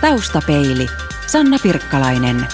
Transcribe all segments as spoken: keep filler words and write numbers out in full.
Taustapeili. Sanna Pirkkalainen.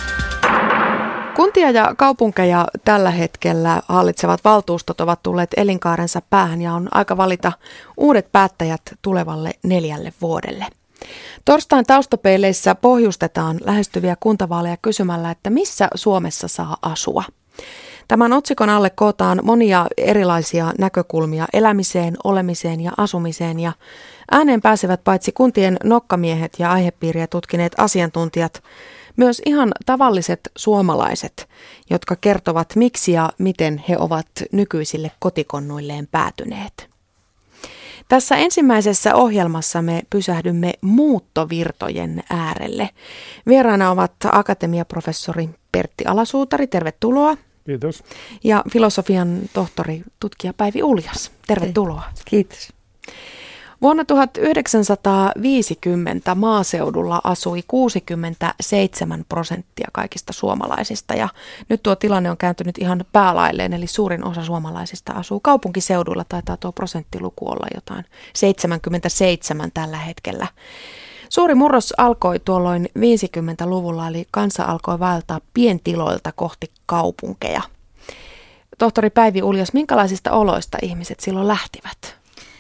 Kuntia ja kaupunkeja tällä hetkellä hallitsevat valtuustot ovat tulleet elinkaarensa päähän ja on aika valita uudet päättäjät tulevalle neljälle vuodelle. Torstain taustapeileissä pohjustetaan lähestyviä kuntavaaleja kysymällä, että missä Suomessa saa asua. Tämän otsikon alle kootaan monia erilaisia näkökulmia elämiseen, olemiseen ja asumiseen ja ääneen pääsevät paitsi kuntien nokkamiehet ja aihepiiriä tutkineet asiantuntijat, myös ihan tavalliset suomalaiset, jotka kertovat miksi ja miten he ovat nykyisille kotikonnuilleen päätyneet. Tässä ensimmäisessä ohjelmassa me pysähdymme muuttovirtojen äärelle. Vieraana ovat akatemiaprofessori Pertti Alasuutari, tervetuloa. Kiitos. Ja filosofian tohtori, tutkija Päivi Uljas, tervetuloa. Kiitos. Vuonna tuhatyhdeksänsataaviisikymmentä maaseudulla asui kuusikymmentäseitsemän prosenttia kaikista suomalaisista ja nyt tuo tilanne on kääntynyt ihan päälailleen, eli suurin osa suomalaisista asuu kaupunkiseuduilla, taitaa tuo prosenttiluku olla jotain seitsemänkymmentäseitsemän tällä hetkellä. Suuri murros alkoi tuolloin viisikymmentäluvulla, eli kansa alkoi vaeltaa pientiloilta kohti kaupunkeja. Tohtori Päivi Uljas, minkälaisista oloista ihmiset silloin lähtivät?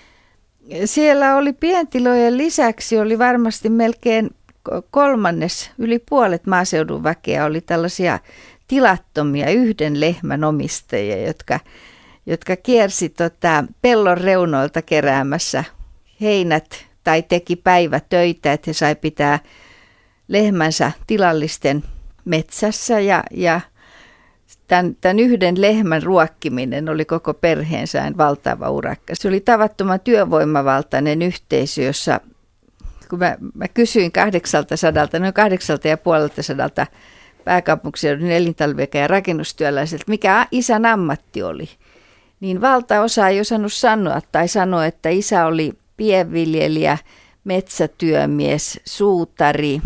Siellä oli pientilojen lisäksi oli varmasti melkein kolmannes, yli puolet maaseudun väkeä oli tällaisia tilattomia yhden lehmän omistajia, jotka, jotka kiersi tota pellon reunoilta keräämässä heinät tai teki päivätöitä, että he sai pitää lehmänsä tilallisten metsässä ja, ja Tämän, tämän yhden lehmän ruokkiminen oli koko perheensä valtava urakka. Se oli tavattoman työvoimavaltainen yhteisö, jossa kun mä, mä kysyin kahdeksansataa, noin kahdeksalta ja puolelta sadalta pääkaupunkiseudun elintarvike- ja rakennustyöläiseltä, mikä isän ammatti oli, niin valtaosa ei osannut sanoa tai sanoa, että isä oli pienviljelijä, metsätyömies, suutari.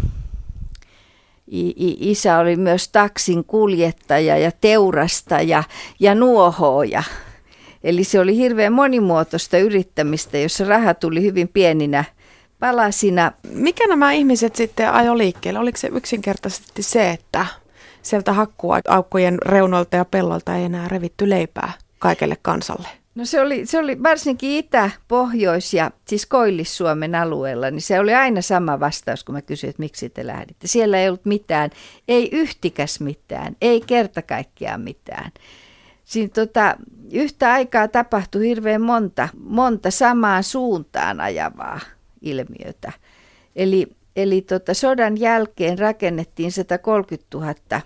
Isä oli myös taksin kuljettaja ja teurastaja ja nuohooja. Eli se oli hirveän monimuotoista yrittämistä, jossa raha tuli hyvin pieninä palasina. Mikä nämä ihmiset sitten ajoi liikkeelle? Oliko se yksinkertaisesti se, että sieltä hakkuaukkojen reunoilta ja pellolta ei enää revitty leipää kaikelle kansalle? No se oli, se oli varsinkin Itä-, Pohjois- ja siis Koillis-Suomen alueella, niin se oli aina sama vastaus, kun mä kysyin, että miksi te lähditte. Siellä ei ollut mitään, ei yhtikäs mitään, ei kerta kaikkiaan mitään. Siinä tota, yhtä aikaa tapahtui hirveän monta, monta samaan suuntaan ajavaa ilmiötä. Eli, eli tota, sodan jälkeen rakennettiin sata kolmekymmentätuhatta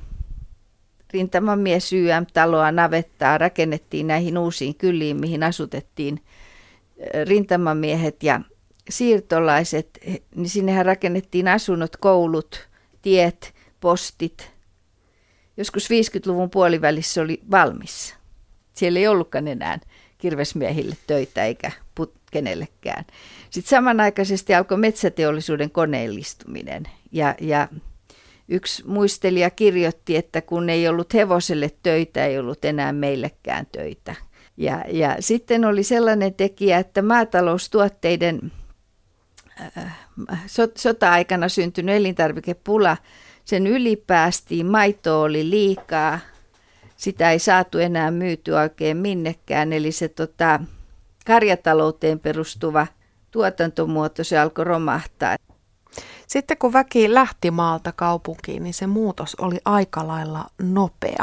rintamamies Y M-taloa, navettaa, rakennettiin näihin uusiin kyliin, mihin asutettiin rintamamiehet ja siirtolaiset. Niin sinnehän rakennettiin asunnot, koulut, tiet, postit. Joskus viisikymmentäluvun puolivälissä oli valmis. Siellä ei ollutkaan enää kirvesmiehille töitä eikä put kenellekään. Sitten samanaikaisesti alkoi metsäteollisuuden koneellistuminen ja, ja yksi muistelija kirjoitti, että kun ei ollut hevoselle töitä, ei ollut enää meillekään töitä. Ja, ja sitten oli sellainen tekijä, että maataloustuotteiden äh, so, sota-aikana syntynyt elintarvikepula, sen ylipäästiin, maitoa oli liikaa, sitä ei saatu enää myytyä oikein minnekään. Eli se tota, karjatalouteen perustuva tuotantomuoto, se alkoi romahtaa. Sitten kun väki lähti maalta kaupunkiin, niin se muutos oli aika lailla nopea.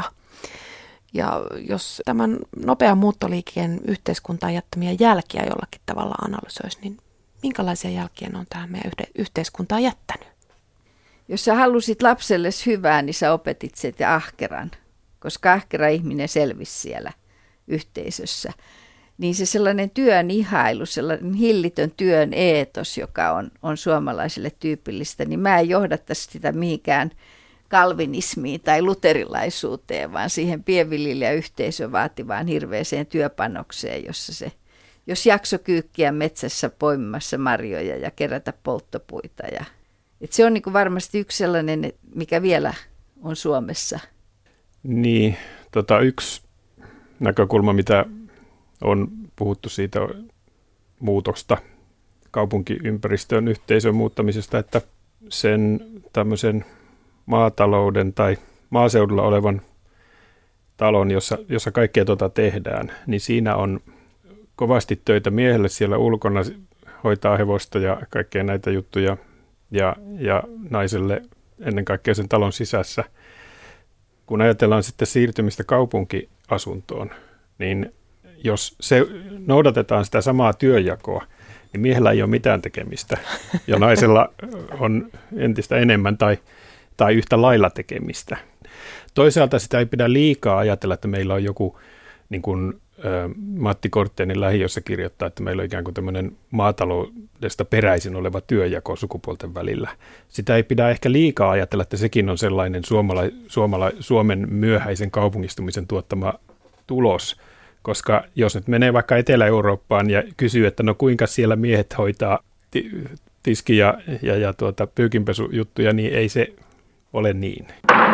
Ja jos tämän nopean muuttoliikkeen yhteiskuntaan jättämiä jälkiä jollakin tavalla analysoisi, niin minkälaisia jälkiä ne on tähän meidän yhteiskuntaan jättänyt? Jos sä halusit lapsellesi hyvää, niin sä opetit sen ahkeran, koska ahkera ihminen selvisi siellä yhteisössä. Niin se sellainen työn ihailu, sellainen hillitön työn eetos, joka on, on suomalaisille tyypillistä, niin mä en johdattaisi sitä mihinkään kalvinismiin tai luterilaisuuteen, vaan siihen pienviljelijäyhteisön vaativaan hirveäseen työpanokseen, jossa se, jos jakso kyykkiä metsässä poimimassa marjoja ja kerätä polttopuita. Ja, et se on niin kuin varmasti yksi sellainen, mikä vielä on Suomessa. Niin, tota, yksi näkökulma, mitä on puhuttu siitä muutosta kaupunkiympäristön yhteisön muuttamisesta, että sen tämmöisen maatalouden tai maaseudulla olevan talon, jossa, jossa kaikkea tuota tehdään, niin siinä on kovasti töitä miehelle siellä ulkona, hoitaa hevosta ja kaikkea näitä juttuja, ja, ja naiselle ennen kaikkea sen talon sisässä. Kun ajatellaan sitten siirtymistä kaupunkiasuntoon, niin jos se noudatetaan sitä samaa työnjakoa, niin miehellä ei ole mitään tekemistä, ja naisella on entistä enemmän tai, tai yhtä lailla tekemistä. Toisaalta sitä ei pidä liikaa ajatella, että meillä on joku, niin kuin ä, Matti Korttenin lähiössä kirjoittaa, että meillä on ikään kuin tämmöinen maataloudesta peräisin oleva työnjako sukupuolten välillä. Sitä ei pidä ehkä liikaa ajatella, että sekin on sellainen suomala, suomala, Suomen myöhäisen kaupungistumisen tuottama tulos, koska jos nyt menee vaikka Etelä-Eurooppaan ja kysyy, että no kuinka siellä miehet hoitaa ti- tiski- ja, ja, ja tuota, pyykinpesujuttuja, niin ei se ole niin.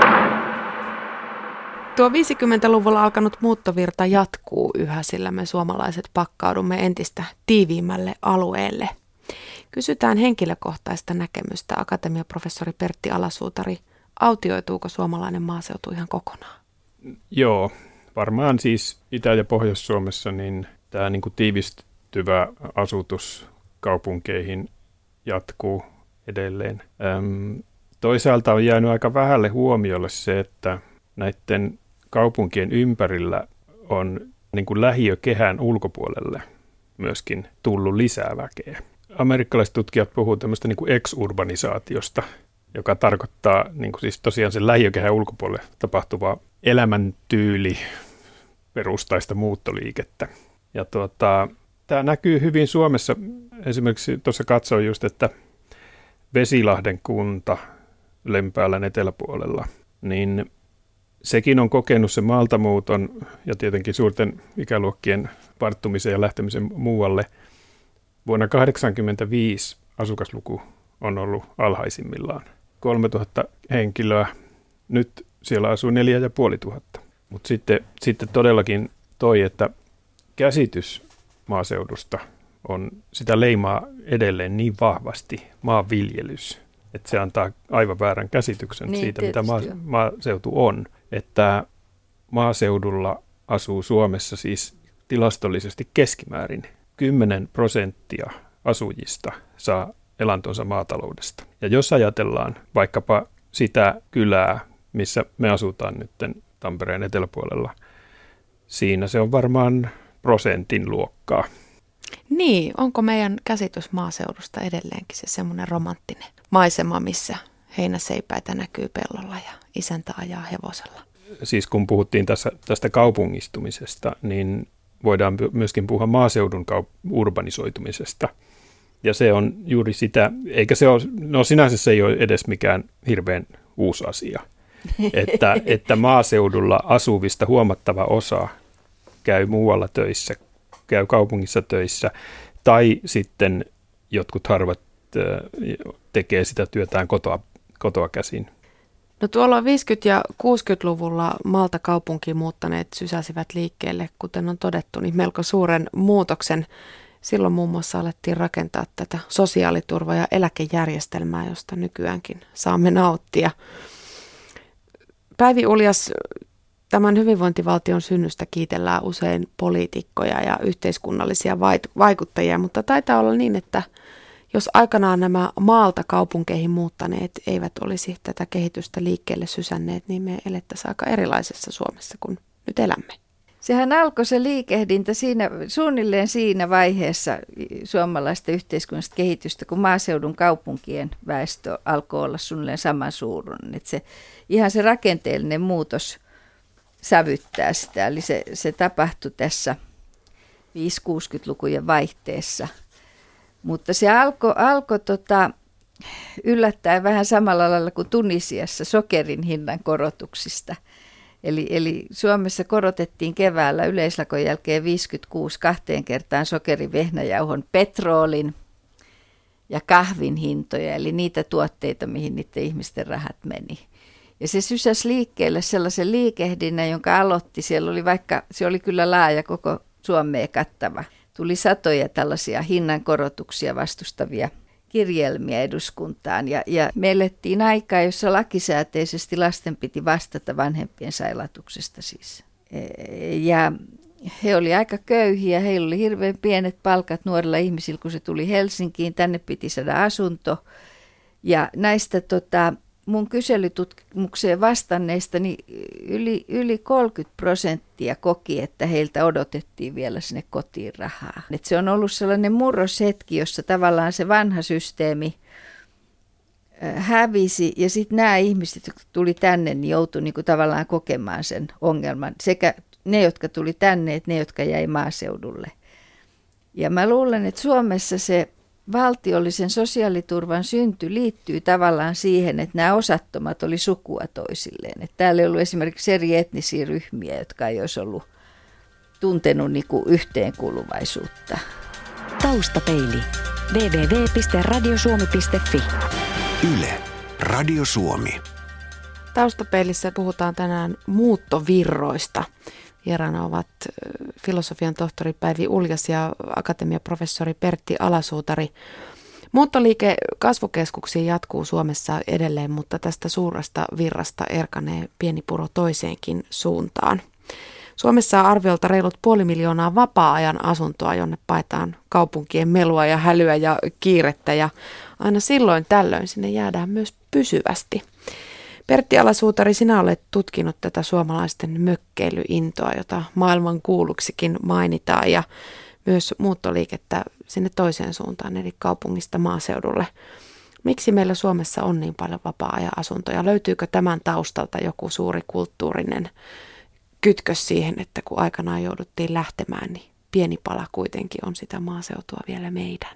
Tuo viisikymmentäluvulla alkanut muuttovirta jatkuu yhä, sillä me suomalaiset pakkaudumme entistä tiiviimmälle alueelle. Kysytään henkilökohtaista näkemystä. Akatemiaprofessori Pertti Alasuutari, autioituuko suomalainen maaseutu ihan kokonaan? Joo, varmaan siis Itä- ja Pohjois-Suomessa niin tämä niin kuin tiivistyvä asutus kaupunkeihin jatkuu edelleen. Öm, toisaalta on jäänyt aika vähälle huomiolle se, että näiden kaupunkien ympärillä on niin kuin lähiökehän ulkopuolelle myöskin tullut lisää väkeä. Amerikkalaiset tutkijat puhuvat tämmöistä niin kuin ex-urbanisaatiosta, joka tarkoittaa niin kuin siis tosiaan sen lähiökehän ulkopuolelle tapahtuvaa elämäntyyli perustaista muuttoliikettä. Ja tuota, tämä näkyy hyvin Suomessa. Esimerkiksi tuossa katsoin just, että Vesilahden kunta Lempäälän eteläpuolella, niin sekin on kokenut sen maaltamuuton ja tietenkin suurten ikäluokkien varttumisen ja lähtemisen muualle. Vuonna tuhatyhdeksänsataakahdeksankymmentäviisi asukasluku on ollut alhaisimmillaan. kolmetuhatta henkilöä, nyt siellä asuu neljä ja puoli tuhatta. Mutta sitten, sitten todellakin toi, että käsitys maaseudusta on, sitä leimaa edelleen niin vahvasti maanviljelys, että se antaa aivan väärän käsityksen niin, siitä, mitä maa, maaseutu on. Että maaseudulla asuu Suomessa siis tilastollisesti keskimäärin kymmenen prosenttia asujista saa elantonsa maataloudesta. Ja jos ajatellaan vaikkapa sitä kylää, missä me asutaan nyt Tampereen eteläpuolella, siinä se on varmaan prosentin luokkaa. Niin, onko meidän käsitys maaseudusta edelleenkin se semmoinen romanttinen maisema, missä heinäseipäitä näkyy pellolla ja isäntä ajaa hevosella? Siis kun puhuttiin tässä, tästä kaupungistumisesta, niin voidaan myöskin puhua maaseudun kaup- urbanisoitumisesta. Ja se on juuri sitä, eikä se ole, no sinänsä se ei ole edes mikään hirveän uusi asia, että, että maaseudulla asuvista huomattava osa käy muualla töissä, käy kaupungissa töissä, tai sitten jotkut harvat tekee sitä työtään kotoa, kotoa käsin. No tuolla viisikymmentä- ja kuusikymmentäluvulla maalta kaupunkiin muuttaneet sysäsivät liikkeelle, kuten on todettu, niin melko suuren muutoksen. Silloin muun muassa alettiin rakentaa tätä sosiaaliturva- ja eläkejärjestelmää, josta nykyäänkin saamme nauttia. Päivi Uljas, tämän hyvinvointivaltion synnystä kiitellään usein poliitikkoja ja yhteiskunnallisia vaikuttajia, mutta taitaa olla niin, että jos aikanaan nämä maalta kaupunkeihin muuttaneet eivät olisi tätä kehitystä liikkeelle sysänneet, niin me elettäisiin aika erilaisessa Suomessa kuin nyt elämme. Sehän alkoi se liikehdintä siinä, suunnilleen siinä vaiheessa suomalaista yhteiskunnallista kehitystä, kun maaseudun kaupunkien väestö alkoi olla suunnilleen saman suuruinen. Että se, ihan se rakenteellinen muutos sävyttää sitä, eli se, se tapahtui tässä viisikymmentä-kuusikymmentälukujen vaihteessa. Mutta se alkoi alko, tota, yllättäen vähän samalla lailla kuin Tunisiassa sokerin hinnan korotuksista. Eli, eli Suomessa korotettiin keväällä yleislakon jälkeen viisikymmentäkuusi kahteen kertaan sokerin, vehnäjauhon, petroolin ja kahvin hintoja, eli niitä tuotteita, mihin niiden ihmisten rahat meni. Ja se sysäsi liikkeelle sellaisen liikehdinnän, jonka aloitti. Siellä oli vaikka, se oli kyllä laaja, koko Suomea kattava. Tuli satoja tällaisia hinnankorotuksia vastustavia kirjelmiä eduskuntaan. Ja, ja me elettiin aikaa, jossa lakisääteisesti lasten piti vastata vanhempiensa elatuksesta siis. Ja he oli aika köyhiä, heillä oli hirveän pienet palkat nuorilla ihmisillä, kun se tuli Helsinkiin, tänne piti saada asunto. Ja näistä tota, mun kyselytutkimukseen vastanneista niin yli, yli kolmekymmentä prosenttia koki, että heiltä odotettiin vielä sinne kotiin rahaa. Et se on ollut sellainen murroshetki, jossa tavallaan se vanha systeemi hävisi ja sitten nämä ihmiset, jotka tuli tänne, niin joutui niinku tavallaan kokemaan sen ongelman. Sekä ne, jotka tuli tänne, että ne, jotka jäi maaseudulle. Ja mä luulen, että Suomessa se valtiollisen sosiaaliturvan synty liittyy tavallaan siihen, että nämä osattomat oli sukua toisilleen. Että täällä ei ollut esimerkiksi eri etnisiä ryhmiä, jotka ei olisi ollut tuntenut niinku yhteenkuuluvaisuutta. Taustapeili. double-u double-u double-u piste radiosuomi piste fi. Yle. Radio Suomi. Taustapeilissä puhutaan tänään muuttovirroista. Vieraana ovat filosofian tohtori Päivi Uljas ja akatemiaprofessori Pertti Alasuutari. Muuttoliike kasvukeskuksiin jatkuu Suomessa edelleen, mutta tästä suuresta virrasta erkanee pieni puro toiseenkin suuntaan. Suomessa on arviolta reilut puoli miljoonaa vapaa-ajan asuntoa, jonne paetaan kaupunkien melua ja hälyä ja kiirettä, ja aina silloin tällöin sinne jäädään myös pysyvästi. Pertti Alasuutari, sinä olet tutkinut tätä suomalaisten mökkeilyintoa, jota maailman kuuluksikin mainitaan, ja myös muuttoliikettä sinne toiseen suuntaan, eli kaupungista maaseudulle. Miksi meillä Suomessa on niin paljon vapaa-ajan asuntoja? Löytyykö tämän taustalta joku suuri kulttuurinen kytkös siihen, että kun aikanaan jouduttiin lähtemään, niin pieni pala kuitenkin on sitä maaseutua vielä meidän?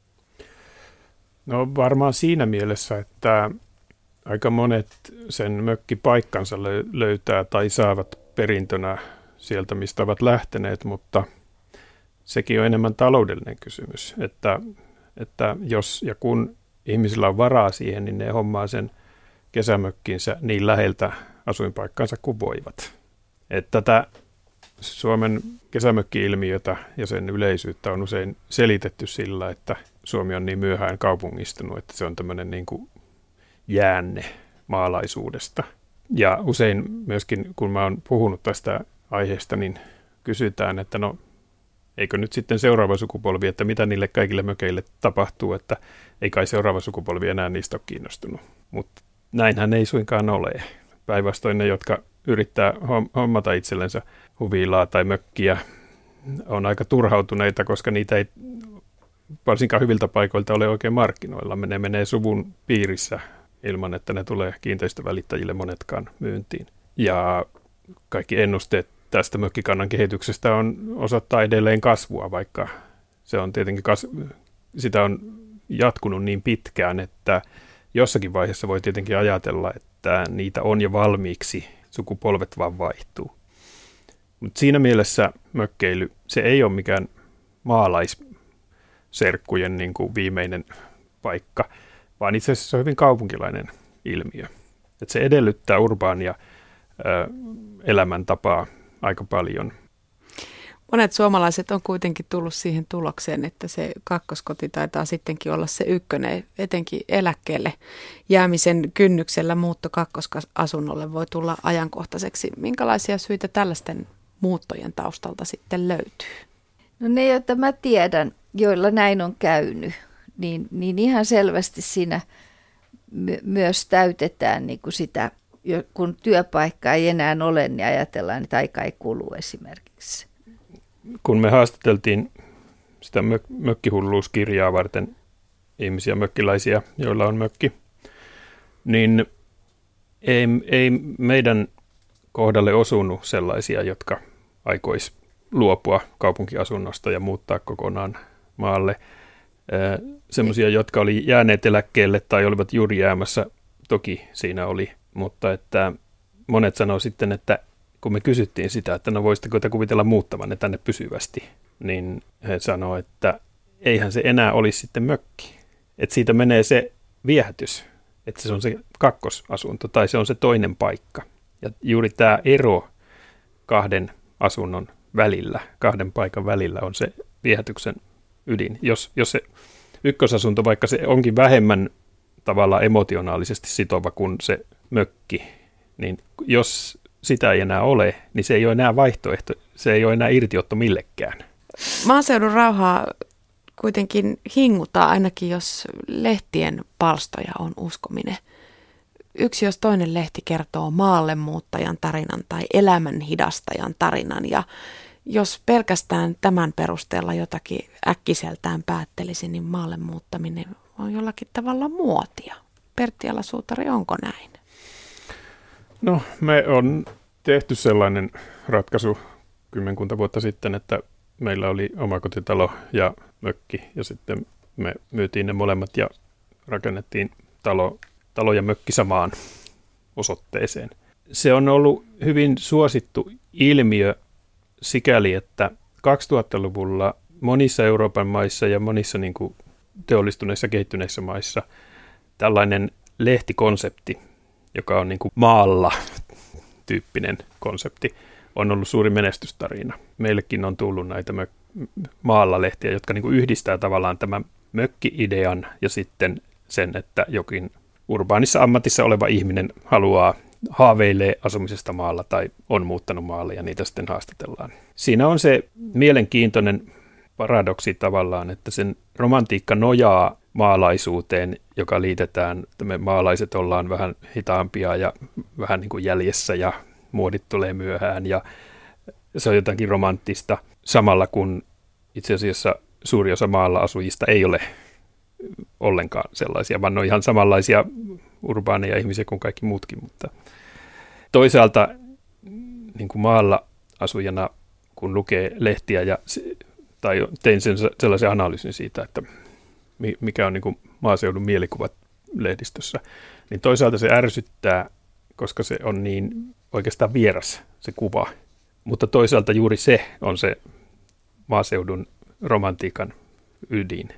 No varmaan siinä mielessä, että aika monet sen mökkipaikkansa löytää tai saavat perintönä sieltä, mistä ovat lähteneet, mutta sekin on enemmän taloudellinen kysymys, että, että jos ja kun ihmisillä on varaa siihen, niin ne hommaa sen kesämökkinsä niin läheltä asuinpaikkansa kuin voivat. Että tätä Suomen kesämökki-ilmiötä ja sen yleisyyttä on usein selitetty sillä, että Suomi on niin myöhään kaupungistunut, että se on tämmöinen niin kuin jäänne maalaisuudesta. Ja usein myöskin, kun mä oon puhunut tästä aiheesta, niin kysytään, että no eikö nyt sitten seuraava sukupolvi, että mitä niille kaikille mökeille tapahtuu, että ei kai seuraava sukupolvi enää niistä ole kiinnostunut. Mutta näinhän ei suinkaan ole. Päinvastoin ne, jotka yrittää hommata itsellensä huvilaa tai mökkiä, on aika turhautuneita, koska niitä ei varsinkaan hyviltä paikoilta ole oikein markkinoilla. Ne menee suvun piirissä ilman, että ne tulee kiinteistövälittäjille monetkaan myyntiin. Ja kaikki ennusteet tästä mökkikannan kehityksestä on osoittaa edelleen kasvua, vaikka se on tietenkin kas- sitä on jatkunut niin pitkään, että jossakin vaiheessa voi tietenkin ajatella, että niitä on jo valmiiksi, sukupolvet vaan vaihtuu. Mutta siinä mielessä mökkeily, se ei ole mikään maalaisserkkujen niin kuin viimeinen paikka, vaan itse asiassa se on hyvin kaupunkilainen ilmiö. Et se edellyttää urbaania ö, elämäntapaa aika paljon. Monet suomalaiset on kuitenkin tullut siihen tulokseen, että se kakkoskoti taitaa sittenkin olla se ykkönen, etenkin eläkkeelle jäämisen kynnyksellä muutto kakkosasunnolle voi tulla ajankohtaiseksi. Minkälaisia syitä tällaisten muuttojen taustalta sitten löytyy? No ne, joita mä tiedän, joilla näin on käynyt, niin, niin ihan selvästi siinä my- myös täytetään niin kuin sitä, kun työpaikka ei enää ole, niin ajatellaan, että aika ei kulu esimerkiksi. Kun me haastateltiin sitä mök- mökkihulluuskirjaa varten ihmisiä, mökkiläisiä, joilla on mökki, niin ei, ei meidän kohdalle osunut sellaisia, jotka aikois luopua kaupunkiasunnosta ja muuttaa kokonaan maalle. Semmoisia, jotka oli jääneet eläkkeelle tai olivat juuri jäämässä, toki siinä oli, mutta että monet sanoo sitten, että kun me kysyttiin sitä, että no voisitteko te kuvitella muuttavanne tänne pysyvästi, niin he sanoo, että eihän se enää olisi sitten mökki. Että siitä menee se viehätys, että se on se kakkosasunto tai se on se toinen paikka. Ja juuri tämä ero kahden asunnon välillä, kahden paikan välillä on se viehätyksen ydin. Jos, jos se ykkösasunto, vaikka se onkin vähemmän tavallaan emotionaalisesti sitova kuin se mökki, niin jos sitä ei enää ole, niin se ei ole enää vaihtoehto, se ei ole enää irtiotto millekään. Maaseudun rauhaa kuitenkin hingutaan ainakin, jos lehtien palstoja on uskominen. Yksi jos toinen lehti kertoo maalle muuttajan tarinan tai elämän hidastajan tarinan, ja jos pelkästään tämän perusteella jotakin äkkiseltään päättelisi, niin maalle muuttaminen on jollakin tavalla muotia. Pertti Ala-Suutari, onko näin? No, me on tehty sellainen ratkaisu kymmenkunta vuotta sitten, että meillä oli omakotitalo ja mökki, ja sitten me myytiin ne molemmat ja rakennettiin talo, talo ja mökki samaan osoitteeseen. Se on ollut hyvin suosittu ilmiö sikäli, että kaksituhattaluvulla monissa Euroopan maissa ja monissa niin kuin teollistuneissa kehittyneissä maissa tällainen lehtikonsepti, joka on niin kuin maalla tyyppinen konsepti, on ollut suuri menestystarina. Meillekin on tullut näitä mök- maalla lehtiä, jotka niin kuin yhdistää tavallaan tämän mökki-idean ja sitten sen, että jokin urbaanissa ammatissa oleva ihminen haluaa haaveilee asumisesta maalla tai on muuttanut maalle ja niitä sitten haastatellaan. Siinä on se mielenkiintoinen paradoksi tavallaan, että sen romantiikka nojaa maalaisuuteen, joka liitetään, että me maalaiset ollaan vähän hitaampia ja vähän niin kuin jäljessä ja muodit tulee myöhään ja se on jotakin romanttista, samalla kun itse asiassa suuri osa maalla asujista ei ole ollenkaan sellaisia, vaan ne on ihan samanlaisia urbaaneja ihmisiä kuin kaikki muutkin, mutta toisaalta niin kuin maalla asujana, kun lukee lehtiä ja, tai tein sen sellaisen analyysin siitä, että mikä on niin kuin maaseudun mielikuvat lehdistössä, niin toisaalta se ärsyttää, koska se on niin oikeastaan vieras se kuva, mutta toisaalta juuri se on se maaseudun romantiikan ydin.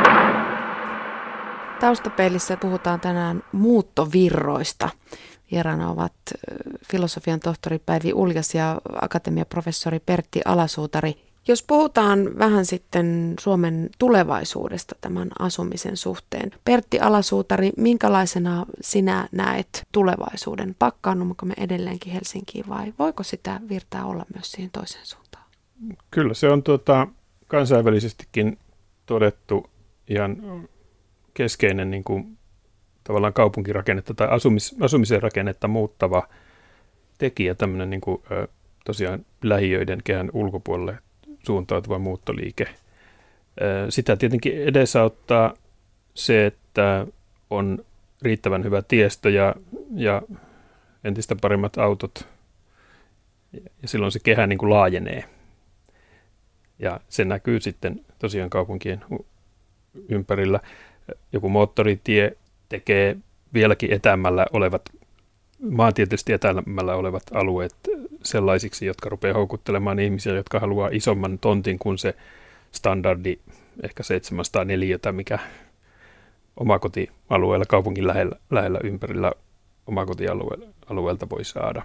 Taustapeilissä puhutaan tänään muuttovirroista. Vieraana ovat filosofian tohtori Päivi Uljas ja akatemiaprofessori Pertti Ala-Suutari. Jos puhutaan vähän sitten Suomen tulevaisuudesta tämän asumisen suhteen. Pertti Ala-Suutari, minkälaisena sinä näet tulevaisuuden? Pakkaannummeko me edelleenkin Helsinkiin vai voiko sitä virtaa olla myös siihen toiseen suuntaan? Kyllä se on tuota, kansainvälisestikin todettu ihan keskeinen niin kuin, tavallaan kaupunkirakennetta tai asumis, asumisen rakennetta muuttava tekijä, tämmöinen niin kuin, tosiaan lähiöiden kehän ulkopuolelle suuntautuva muuttoliike. Sitä tietenkin edesauttaa se, että on riittävän hyvä tiestö ja, ja entistä paremmat autot, ja silloin se kehä niin kuin laajenee. Ja se näkyy sitten tosiaan kaupunkien ympärillä. Joku moottoritie tekee vieläkin etäämmällä olevat, maantieteellisesti etäämmällä olevat alueet sellaisiksi, jotka rupeaa houkuttelemaan ihmisiä, jotka haluaa isomman tontin kuin se standardi, ehkä seitsemänsataa neliötä, mikä omakotialueella, kaupungin lähellä, lähellä ympärillä omakotialueelta voi saada.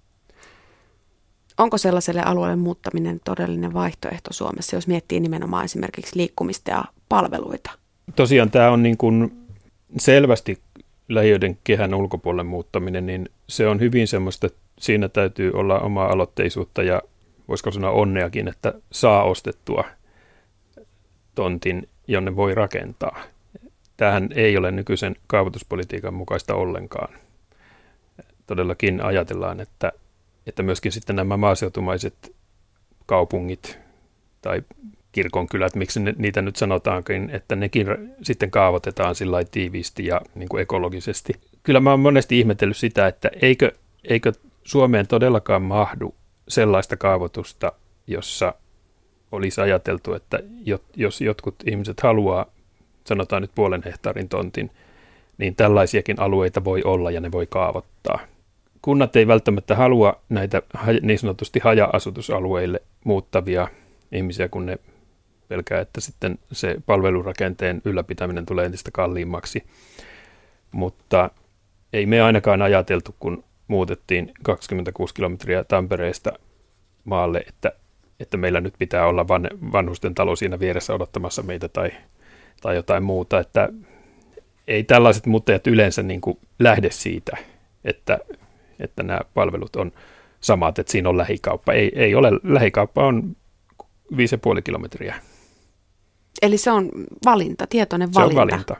Onko sellaiselle alueelle muuttaminen todellinen vaihtoehto Suomessa, jos miettii nimenomaan esimerkiksi liikkumista ja palveluita? Tosiaan tämä on niin kuin selvästi lähiöiden kehän ulkopuolelle muuttaminen, niin se on hyvin semmoista, että siinä täytyy olla omaa aloitteisuutta ja voisiko sanoa onneakin, että saa ostettua tontin, jonne voi rakentaa. Tämähän ei ole nykyisen kaavoituspolitiikan mukaista ollenkaan. Todellakin ajatellaan, että, että myöskin sitten nämä maaseutumaiset kaupungit tai kirkonkylät, miksi ne, niitä nyt sanotaankin, että nekin sitten kaavoitetaan sillä lailla tiiviisti ja niin kuin ekologisesti. Kyllä mä oon monesti ihmetellyt sitä, että eikö, eikö Suomeen todellakaan mahdu sellaista kaavoitusta, jossa olisi ajateltu, että jos jotkut ihmiset haluaa, sanotaan nyt puolen hehtaarin tontin, niin tällaisiakin alueita voi olla ja ne voi kaavoittaa. Kunnat ei välttämättä halua näitä niin sanotusti haja-asutusalueille muuttavia ihmisiä, kun ne pelkää, että sitten se palvelurakenteen ylläpitäminen tulee entistä kalliimmaksi. Mutta ei me ainakaan ajateltu, kun muutettiin kaksikymmentäkuusi kilometriä Tampereesta maalle, että, että meillä nyt pitää olla van, vanhusten talo siinä vieressä odottamassa meitä tai, tai jotain muuta, että ei tällaiset muuttajat yleensä niin kuin lähde siitä, että, että nämä palvelut on samat, että siinä on lähikauppa. Ei, ei ole, lähikauppa on viisi ja puoli kilometriä. Eli se on valinta, tietoinen Se valinta. on valinta.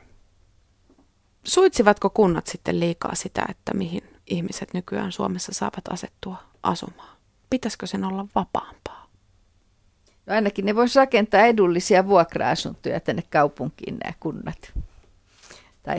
Suitsivatko kunnat sitten liikaa sitä, että mihin ihmiset nykyään Suomessa saavat asettua asumaan? Pitäisikö sen olla vapaampaa? No ainakin ne voisi rakentaa edullisia vuokra-asuntoja tänne kaupunkiin nämä kunnat. Tai,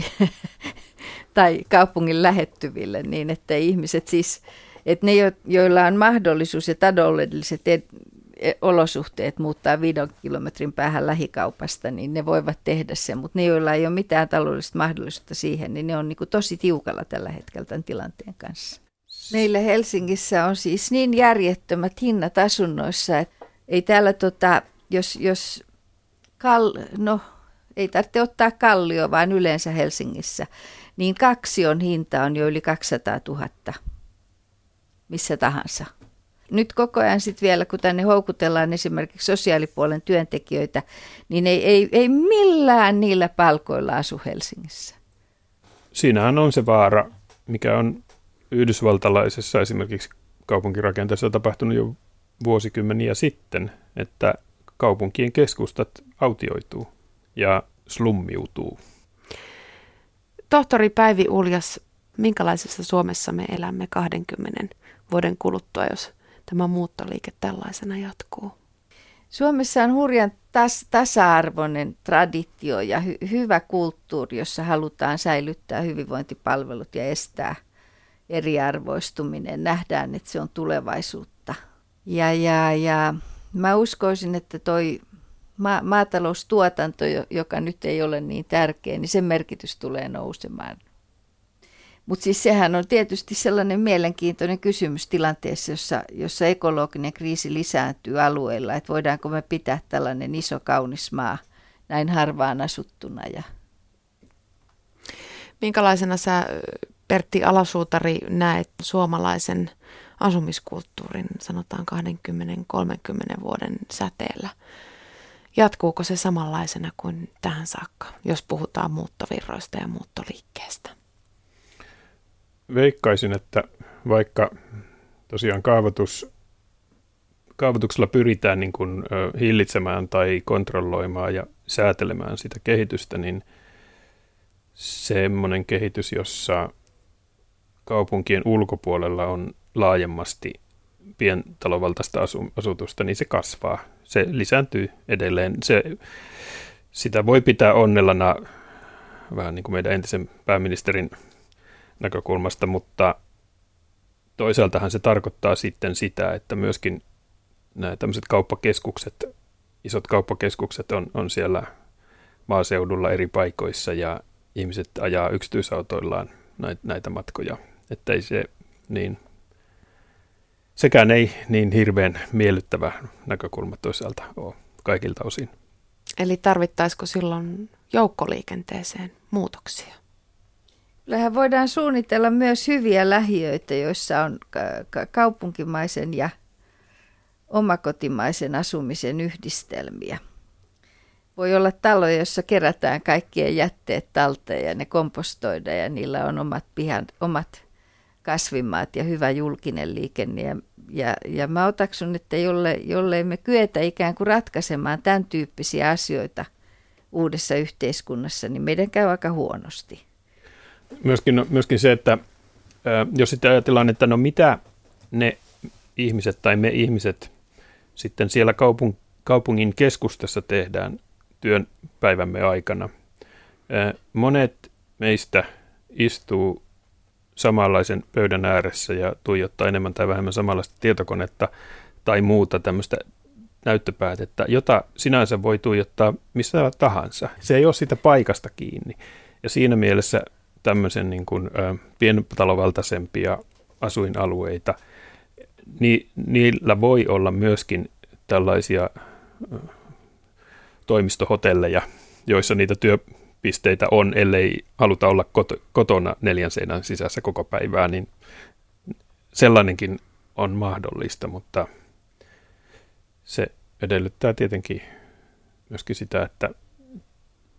tai kaupungin lähettyville niin, että ihmiset siis, että ne joilla on mahdollisuus ja taloudelliset ed- olosuhteet muuttaa viiden kilometrin päähän lähikaupasta, niin ne voivat tehdä sen, mutta ne, joilla ei ole mitään taloudellista mahdollisuutta siihen, niin ne on niin kuin tosi tiukalla tällä hetkellä tämän tilanteen kanssa. Meillä Helsingissä on siis niin järjettömät hinnat asunnoissa, että ei täällä, tota, jos, jos kal, no, ei tarvitse ottaa Kallio, vaan yleensä Helsingissä, niin kaksion hinta on jo yli kaksisataatuhatta missä tahansa. Nyt koko ajan sitten vielä, kun tänne houkutellaan esimerkiksi sosiaalipuolen työntekijöitä, niin ei, ei, ei millään niillä palkoilla asu Helsingissä. Siinähän on se vaara, mikä on yhdysvaltalaisessa esimerkiksi kaupunkirakenteessa tapahtunut jo vuosikymmeniä sitten, että kaupunkien keskustat autioituu ja slummiutuu. Tohtori Päivi Uljas, minkälaisessa Suomessa me elämme kahdenkymmenen vuoden kuluttua, jos tämä muuttoliike tällaisena jatkuu? Suomessa on hurjan tas- tasa-arvoinen traditio ja hy- hyvä kulttuuri, jossa halutaan säilyttää hyvinvointipalvelut ja estää eriarvoistuminen. Nähdään, että se on tulevaisuutta. Ja, ja, ja mä uskoisin, että toi ma- maataloustuotanto, joka nyt ei ole niin tärkeä, niin sen merkitys tulee nousemaan. Mutta siis sehän on tietysti sellainen mielenkiintoinen kysymys tilanteessa, jossa, jossa ekologinen kriisi lisääntyy alueella, että voidaanko me pitää tällainen iso kaunis maa näin harvaan asuttuna. Ja... Minkälaisena sä, Pertti Alasuutari, näet suomalaisen asumiskulttuurin, sanotaan kaksikymmentä kolmekymmentä vuoden säteellä? Jatkuuko se samanlaisena kuin tähän saakka, jos puhutaan muuttovirroista ja muuttoliikkeestä? Veikkaisin, että vaikka tosiaan kaavoitus, kaavoituksella pyritään niin kuin hillitsemään tai kontrolloimaan ja säätelemään sitä kehitystä, niin semmoinen kehitys, jossa kaupunkien ulkopuolella on laajemmasti pientalovaltaista asutusta, niin se kasvaa. Se lisääntyy edelleen. Se, sitä voi pitää onnellana vähän niin kuin meidän entisen pääministerin näkökulmasta, mutta toisaaltahan se tarkoittaa sitten sitä, että myöskin nämä tämmöiset kauppakeskukset, isot kauppakeskukset on, on siellä maaseudulla eri paikoissa ja ihmiset ajaa yksityisautoillaan näitä, näitä matkoja, että ei se niin, sekään ei niin hirveän miellyttävä näkökulma toisaalta ole kaikilta osin. Eli tarvittaisiko silloin joukkoliikenteeseen muutoksia? Kyllähän voidaan suunnitella myös hyviä lähiöitä, joissa on ka- kaupunkimaisen ja omakotimaisen asumisen yhdistelmiä. Voi olla taloja, joissa kerätään kaikkien jätteet talteen ja ne kompostoidaan ja niillä on omat pihan, omat kasvimaat ja hyvä julkinen liikenne. Ja, ja, ja mä otaksun, että jolle, jollei me kyetä ikään kuin ratkaisemaan tämän tyyppisiä asioita uudessa yhteiskunnassa, niin meidän käy aika huonosti. Myöskin, myöskin se, että ää, jos sitten ajatellaan, että no mitä ne ihmiset tai me ihmiset sitten siellä kaupung, kaupungin keskustassa tehdään työn päivämme aikana. Ää, monet meistä istuu samanlaisen pöydän ääressä ja tuijottaa enemmän tai vähemmän samanlaista tietokonetta tai muuta tämmöistä näyttöpäätettä, jota sinänsä voi tuijottaa missä tahansa. Se ei ole siitä paikasta kiinni. Ja siinä mielessä tämmöisen niin kuin, ä, pientalovaltaisempia asuinalueita, niin niillä voi olla myöskin tällaisia ä, toimistohotelleja, joissa niitä työpisteitä on, ellei haluta olla kot- kotona neljän seinän sisässä koko päivää, niin sellainenkin on mahdollista, mutta se edellyttää tietenkin myöskin sitä, että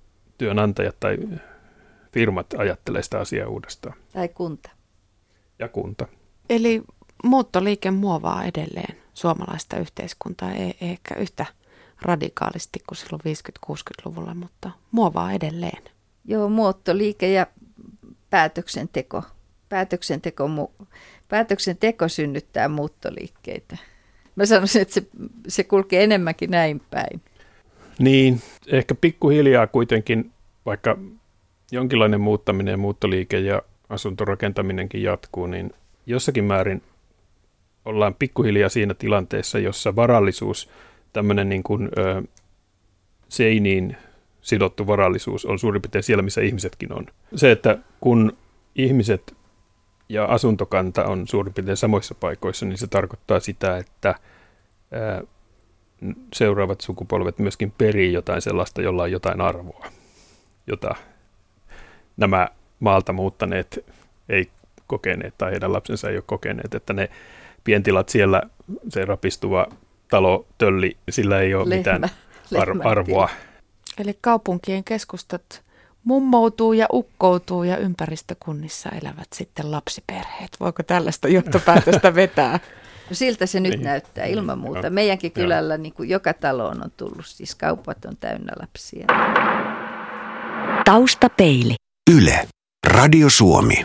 työnantajat tai firmat ajattelee sitä asiaa uudestaan. Tai kunta. Ja kunta. Eli muuttoliike muovaa edelleen suomalaista yhteiskuntaa, ei ehkä yhtä radikaalisti kuin silloin viisikymmentä-kuusikymmentäluvulla, mutta muovaa edelleen. Joo, muuttoliike ja päätöksenteko. Päätöksenteko, päätöksenteko synnyttää muuttoliikkeitä. Mä sanoisin, että se, se kulkee enemmänkin näin päin. Niin, ehkä pikkuhiljaa kuitenkin, vaikka jonkinlainen muuttaminen ja muuttoliike ja asuntorakentaminenkin jatkuu, niin jossakin määrin ollaan pikkuhiljaa siinä tilanteessa, jossa varallisuus, tämmöinen niin kuin ö, seiniin sidottu varallisuus on suurin piirtein siellä, missä ihmisetkin on. Se, että kun ihmiset ja asuntokanta on suurin piirtein samoissa paikoissa, niin se tarkoittaa sitä, että ää, seuraavat sukupolvet myöskin perii jotain sellaista, jolla on jotain arvoa, jota nämä maalta muuttaneet ei kokeneet tai heidän lapsensa ei ole kokeneet, että ne pientilat siellä, se rapistuva talo, tölli, sillä ei ole Lehmä. mitään ar- arvoa. Eli kaupunkien keskustat mummoutuu ja ukkoutuu ja ympäristökunnissa elävät sitten lapsiperheet. Voiko tällaista johtopäätöstä vetää? No siltä se nyt niin näyttää ilman muuta. Meidänkin kylällä niin kuin joka taloon on tullut, siis kaupat on täynnä lapsia. Taustapeili. Yle, Radio Suomi.